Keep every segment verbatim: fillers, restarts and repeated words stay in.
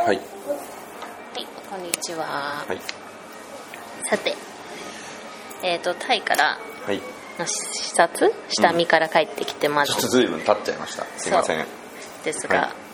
はい、 こんにちは。 はい、 さて、えーと、タイからはいの視察、下見から帰ってきて、まずちょっとずいぶん経っちゃいました。すいません。 ですが、はい、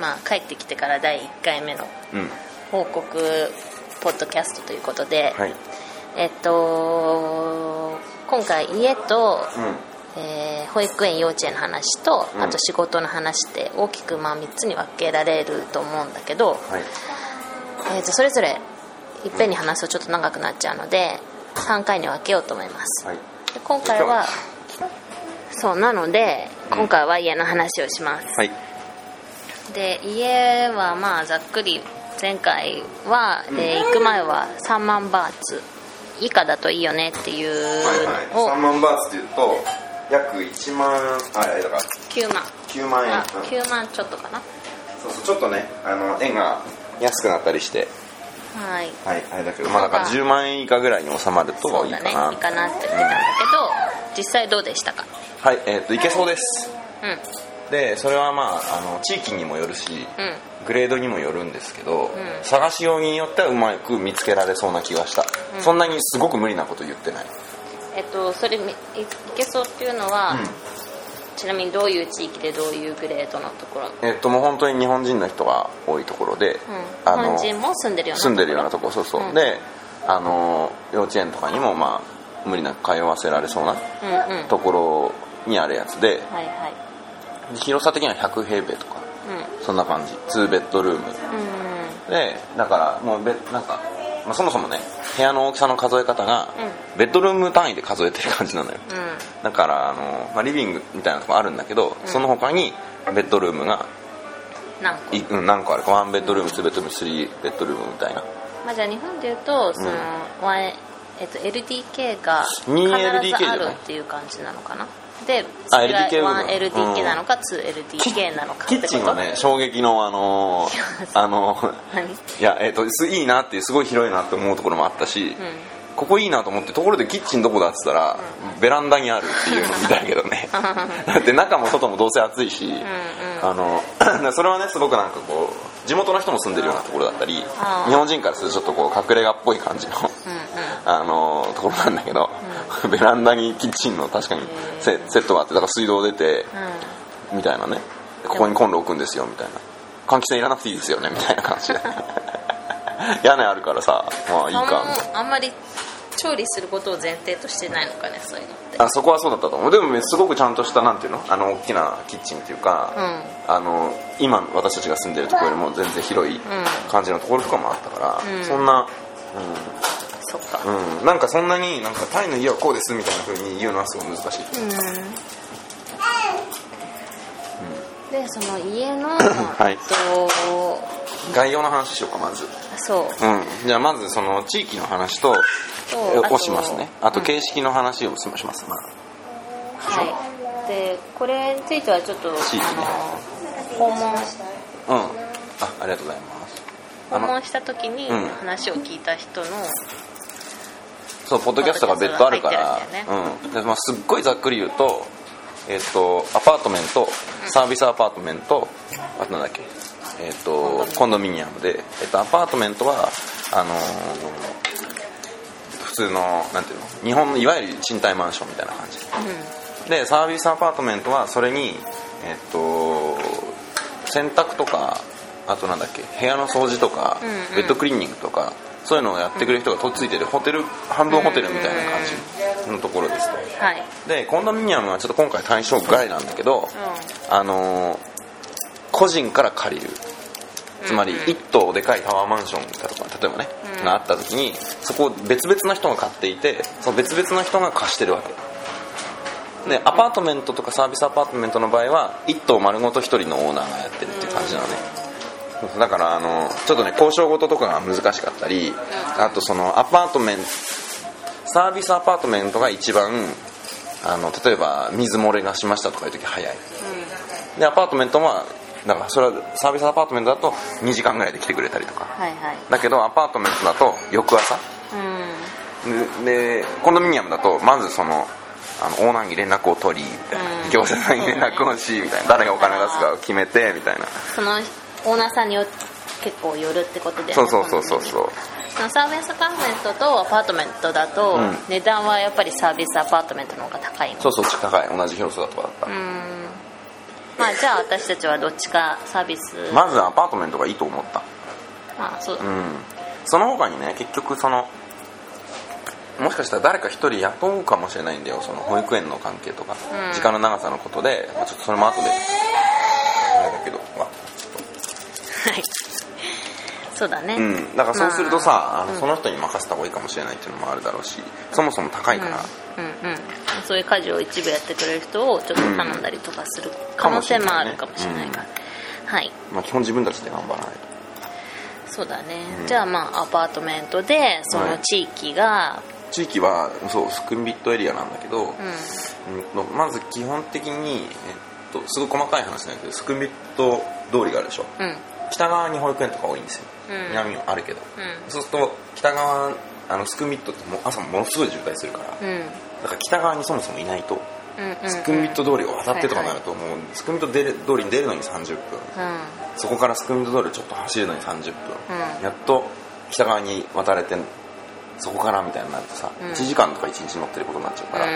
まあ帰ってきてからだいいっかいめの報告ポッドキャストということで、 はい、 えっと今回家と、 うんえー保育園幼稚園の話と、 うんあと仕事の話で大きくまあみっつに分けられると思うんだけど、 はい、 えーとそれぞれいっぺんに話すとちょっと長くなっちゃうのでさんかいに分けようと思います、 はい、 で今回はそうなので今回は家の話をします、 はい、 で家はまあざっくり前回は、えー行く前はさんまんバーツ以下だといいよねっていうのを、 はいはい、さんまんバーツっていうと約いちまん、あ、だからきゅうまんきゅうまんえん、 あきゅうまんちょっとかな。 そうそう、ちょっとね、あの円が安くなったりして、 はい、 はい、あれだけど、まあだからじゅうまんえん以下ぐらいに収まるといいかな。 そうだね、いいかなって言ってたんだけど、実際どうでしたか？ はい、えー、っといけそうです。 うん。 でそれはまあ、あの地域にもよるし、 うん、 グレードにもよるんですけど、 うん、 探しようによってはうまく見つけられそうな気がした、うん、そんなにすごく無理なこと言ってない。 えっとそれいけそうっていうのは、 うん、 ちなみにどういう地域でどういうグレードのところ？ えっともう本当に日本人の人が多いところで、 うん、あの日本人も住んでるようなところ住んでるようなところ、そうそう、うん、であの幼稚園とかにもまあ無理なく通わせられそうなところにあるやつで、 うんうん、はいはい、 広さ的にはひゃくへいべいとか、うん、そんな感じ、ツーベッドルーム、うん、でだからもうべなんか、まあ、そもそもね部屋の大きさの数え方が、うん、ベッドルーム単位で数えてる感じなのよ、うん、だからあの、まあ、リビングみたいなとこあるんだけど、うん、その他にベッドルームが何個い、うん、何個あるか、ワンベッドルーム、ツーベッドルーム、スリーベッドルームみたいな、 まあ、じゃあ日本でいうとその、うんえっと、エルディーケー が必にエルディーケーずあるっていう感じなのかな。でそれが ワンエルディーケー なのか ツーエルディーケー なのかってこと。 キッチンはね衝撃のあのあの何いや、えー、といいなっていうすごい広いなって思うところもあったし、うん、ここいいなと思ってところでキッチンどこだって言ったら、うん、ベランダにあるっていうのみたいけどねだって中も外もどうせ暑いし、うんうん、あのそれはねすごくなんかこう地元の人も住んでるようなところだったり、日本人からするとちょっとこう隠れ家っぽい感じの、うんうん、あのところなんだけど、うん、ベランダにキッチンの確かにセットがあってだから水道出て、うん、みたいなね、ここにコンロ置くんですよみたいな、換気扇いらなくていいですよねみたいな感じで屋根あるからさ、まあいいかみたいな。 あんまり調理することを前提としてないのかね、そういうのって。 あそこはそうだったと思う。でもすごくちゃんとしたなんていうの、あの大きなキッチンっていうか、うん、あの今私たちが住んでるところよりも全然広い感じのところとかもあったから、うん、そんな、うん、 そっか、 うん、なんかそんなになんかタイの家はこうですみたいな風に言うのはすごい難しい、うんうん、でその家の、 はい、 と概要の話しようかまず。 そう、 うん、じゃあまずその地域の話とをしますね。あと形式の話をします、まあ、 はい。でこれについてはちょっと地域、 あの訪問、 うん、あありがとうございます。 訪問した時に話を聞いた人の、うん、 そうポッドキャストが別途あるから、ね、うん、でまあ、すっごいざっくり言うと、えー、とアパートメント、サービスアパートメント、あとなんだっけ、えー、とコンドミニアムで、えー、とアパートメントはあのー、普通のなんていうの、日本のいわゆる賃貸マンションみたいな感じ、うん、でサービスアパートメントはそれに、えー、と洗濯とか、あとなんだっけ、部屋の掃除とか、うんうん、ベッドクリーニングとかそういうのをやってくれる人がとっついてるホテル、半分ホテルみたいな感じのところですと、 はい、でコンドミニアムはちょっと今回対象外なんだけど、うん、あのー、個人から借りる、つまり一棟でかいタワーマンションとか例えばね、うん、があった時にそこを別々の人が買っていて、その別々の人が貸してるわけで、アパートメントとかサービスアパートメントの場合は一棟丸ごと一人のオーナーがやってるっていう感じなのね、うん、だからあのちょっとね交渉事とかが難しかったり、あとそのアパートメントサービスアパートメントが一番あの例えば水漏れがしましたとかいう時早い、うん、でアパートメントはだからそれはサービスアパートメントだとにじかんぐらいで来てくれたりとか、はいはい、だけどアパートメントだと翌朝、うん、で, でコンドミニアムだとまずそのあのオーナーに連絡を取りみたいな、うん、業者さんに連絡をしみたいな、誰がお金出すかを決めてみたいな、 そのオーナーさんによ結構寄るってことで、ね、 そうそうそうそうそう。 サービスアパートメントとアパートメントだと、うん、値段はやっぱりサービスアパートメントの方が高いの。 そうそう高い、同じ広さだとだったら。 うん、まあじゃあ私たちはどっちかサービス、 まずアパートメントがいいと思った。 まあそうだ、ね、うん、 その他にね結局そのもしかしたら誰か一人雇うかもしれないんだよ、その保育園の関係とか、うん、時間の長さのことで、まあ、ちょっとそれも後であれだけど、まあ、ちょっとはいそうだね、 うん、だからそうするとさ、まあ、あのその人に任せた方がいいかもしれないっていうのもあるだろうし、そもそも高いから、 うんうんうん、そういう家事を一部やってくれる人をちょっと頼んだりとかする可能性もあるかもしれないから、うん、はい、 まあ、基本自分たちで頑張らないと。 そうだね、うん、じゃあまあアパートメントでその地域が、はい、 地域はそうスクンビットエリアなんだけど、うんうん、 まず基本的に、えっと、すごい細かい話なんだけどスクンビット通りがあるでしょ、 うん、 北側に保育園とか多いんですよ、うん、南もあるけど、うん、そうすると北側あのスクンビットってもう朝ものすごい渋滞するから、うん、だから北側にそもそもいないと、うんうんうん、スクンビット通りを渡ってとかなると、はいはい、もうスクンビット通りに出るのにさんじゅっぷん、うん、そこからスクンビット通りちょっと走るのにさんじゅっぷん、うん、やっと北側に渡れてそこからみたいになるとさ、うん、いちじかんとかいちにち乗ってることになっちゃうから、うん、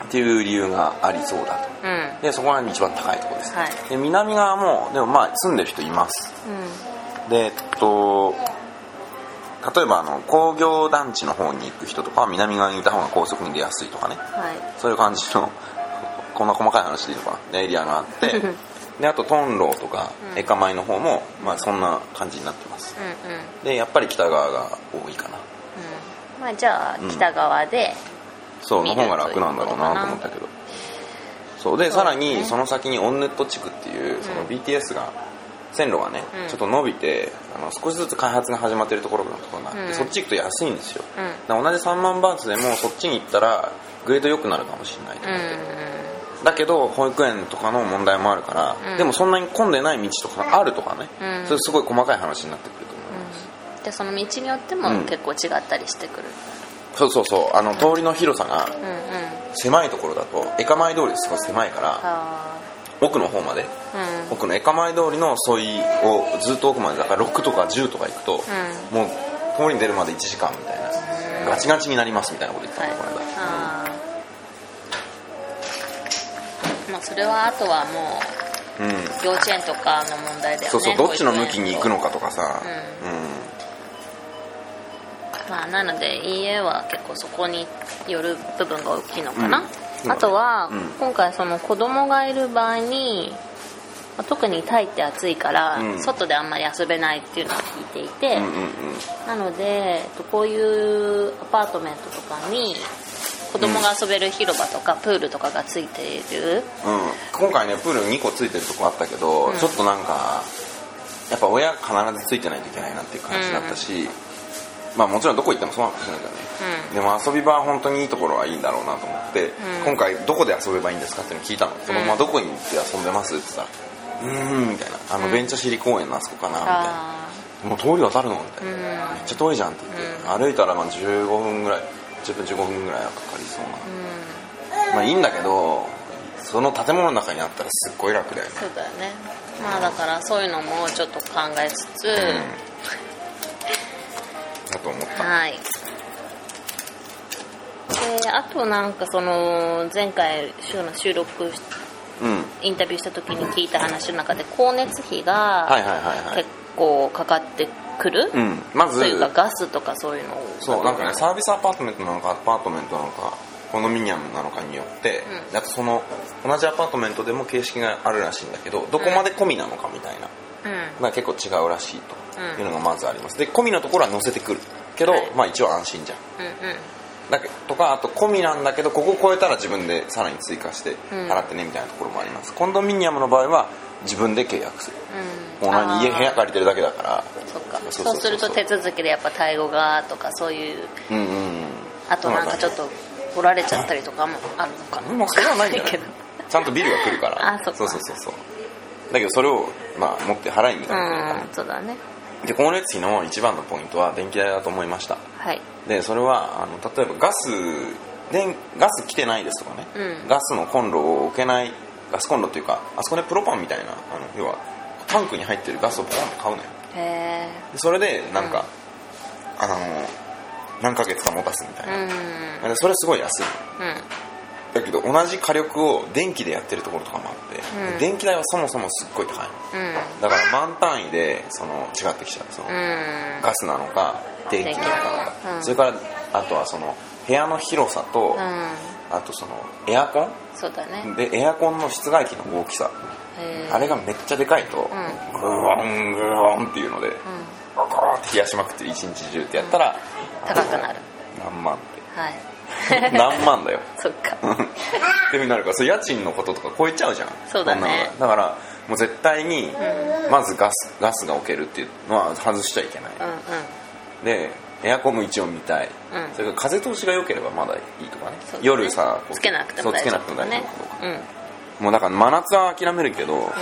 っていう理由がありそうだと、うん、でそこが一番高いところです、はい、で南側もでもまあ住んでる人います、うん、でえっと例えばあの工業団地の方に行く人とかは南側にいた方が高速に出やすいとかね、はい、そういう感じのこんな細かい話でいいのかなエリアがあってであとトンローとかエカマイの方も、まあ、そんな感じになってます、うんうん、でやっぱり北側が多いかな、 うん、まあ、じゃあ北側で、 うん、そうの方が楽なんだろうなと思ったけどそうで、そうですね、さらにその先にオンネット地区っていうその ビーティーエス が線路がね、うん、ちょっと伸びてあの少しずつ開発が始まっているところのところがあって、うん、そっち行くと安いんですよ、うん、同じさんまんバーツでもそっちに行ったらグレード良くなるかもしれないと思って、うん、だけど保育園とかの問題もあるから、うん、でもそんなに混んでない道とかあるとかね、うん、それすごい細かい話になってくると思います、 うん、でその道によっても結構違ったりしてくる、 うん、そうそうそうあの通りの広さが狭いところだとエカマイ通りすごい狭いから、奥の方まで、うん、奥のエカマイ通りの沿いをずっと奥までだからろくとかじゅうとか行くと、うん、もう通りに出るまでいちじかんみたいな、うん、ガチガチになりますみたいなこと言ったの、はい、この間、 うん、まあそれはあとはもう、うん、幼稚園とかの問題だよね。 そうそうどっちの向きに行くのかとかさ、うんうん、 まあなので イーエー は結構そこによる部分が大きいのかな、うん、あとは、うん、今回その子供がいる場合に特にタイって暑いから、うん、外であんまり遊べないっていうのを聞いていて、うんうんうん、なのでこういうアパートメントとかに子供が遊べる広場とかプールとかがついている、うん、 今回ねプールにこついてるとこあったけど、うん、ちょっとなんかやっぱ親必ずついてないといけないなっていう感じだったし、うんまあもちろんどこ行ってもそうなのかもしれないけどね、うん、でも遊び場は本当にいいところはいいんだろうなと思って、うん、今回どこで遊べばいいんですかっていうのを聞いたの、うん、そのままどこに行って遊んでますって言ったらうーんみたいなあのベンチャーシリ公園のあそこかなみたいな、うん、もう通り渡るのみたいな、うん、めっちゃ遠いじゃんって言って、うん、歩いたらまあじゅうごふんぐらいじゅっぷんじゅうごふんぐらいはかかりそうな、うん、まあいいんだけどその建物の中にあったらすっごい楽だよね。 そうだよね。まあだからそういうのもちょっと考えつつ、うんだと思った。 はい。であとなんかその前回週の収録、うん、インタビューした時に聞いた話の中で光熱費が結構かかってくる、 うん、まずというかガスとかそういうのをそうなんかねサービスアパートメントなのかアパートメントなのかコンドミニアムなのかによって、うん、あとその同じアパートメントでも形式があるらしいんだけどどこまで込みなのかみたいな、うん、まあ結構違うらしいというのがまずあります。で込みのところは載せてくるけど、はい、まあ一応安心じゃん、うんうん、だけとかあと込みなんだけどここ超えたら自分でさらに追加して払ってねみたいなところもあります、うん、コンドミニアムの場合は自分で契約する、うん、もう何家部屋借りてるだけだからそっかそうすると手続きでやっぱタイ語がとかそういう、うんうんうん、あとなんかちょっと取られちゃったりとかもあるのかな、 まあ、それはないんじゃないちゃんとビルが来るからあそっかそうそうそうそうだけどそれを、まあ、持って払いに行かなきゃいけない、 うん、そうだね。 で光熱費の一番のポイントは電気代だと思いました、 はい、 でそれはあの例えばガス電ガス来てないですとかね、うん、ガスのコンロを置けないガスコンロっていうかあそこでプロパンみたいなあの要はタンクに入ってるガスをポンって買うのよ。 へでそれでなんか、うん、あの何ヶ月か持たすみたいな、うん、でそれすごい安い、うん、だけど同じ火力を電気でやってるところとかもあって、うん、電気代はそもそもすっごい高いの、うん、だから満単位でその違ってきちゃう、その、うん、ガスなのか電気なのか、うん、それからあとはその部屋の広さと、うん、あとそのエアコン、 そうだね、 でエアコンの室外機の大きさ、あれがめっちゃでかいと、うん、グワングワンっていうので、うん、ゴーって冷やしまくって一日中ってやったら、 うん、高くなる、 何万って、 はい、 何万だよそっかっていう風になるから、それ家賃のこととか超えちゃうじゃん。 そうだね。 だからもう絶対にまずガス、ガスが置けるっていうのは外しちゃいけない、うんうん、でエアコンも一応見たい、うん、それから風通しが良ければまだいいとか ね, ね夜さつけなくても大丈夫、ね、 そうつけなくても大丈夫とか、うん、もうだから真夏は諦めるけど、うんうん、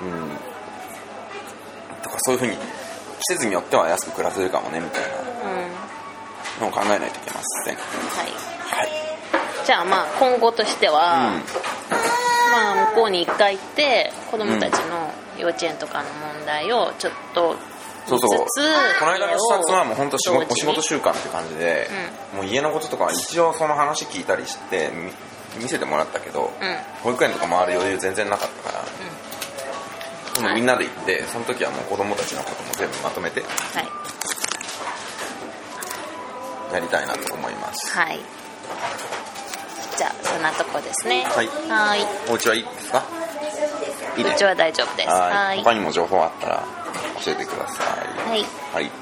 とかそういう風に季節によっては安く暮らせるかもねみたいなのを考えないといけません、はいはい、じゃあまあ今後としては、うん、まあ向こうに一回行って子供たちの幼稚園とかの問題をちょっとそうそう、この間の視察はもう本当仕事お仕事習慣って感じで、うん、もう家のこととかは一応その話聞いたりして見せてもらったけど、うん、保育園とか回る余裕全然なかったから、うん、みんなで行ってその時はもう子供たちのことも全部まとめて、はい、やりたいなと思います。 はい、じゃあそんなとこですね。 はい、 はい、 お家はいいですか？いいね、 うちは大丈夫です。 はい、他にも情報あったら教えてください。 はい、 はい。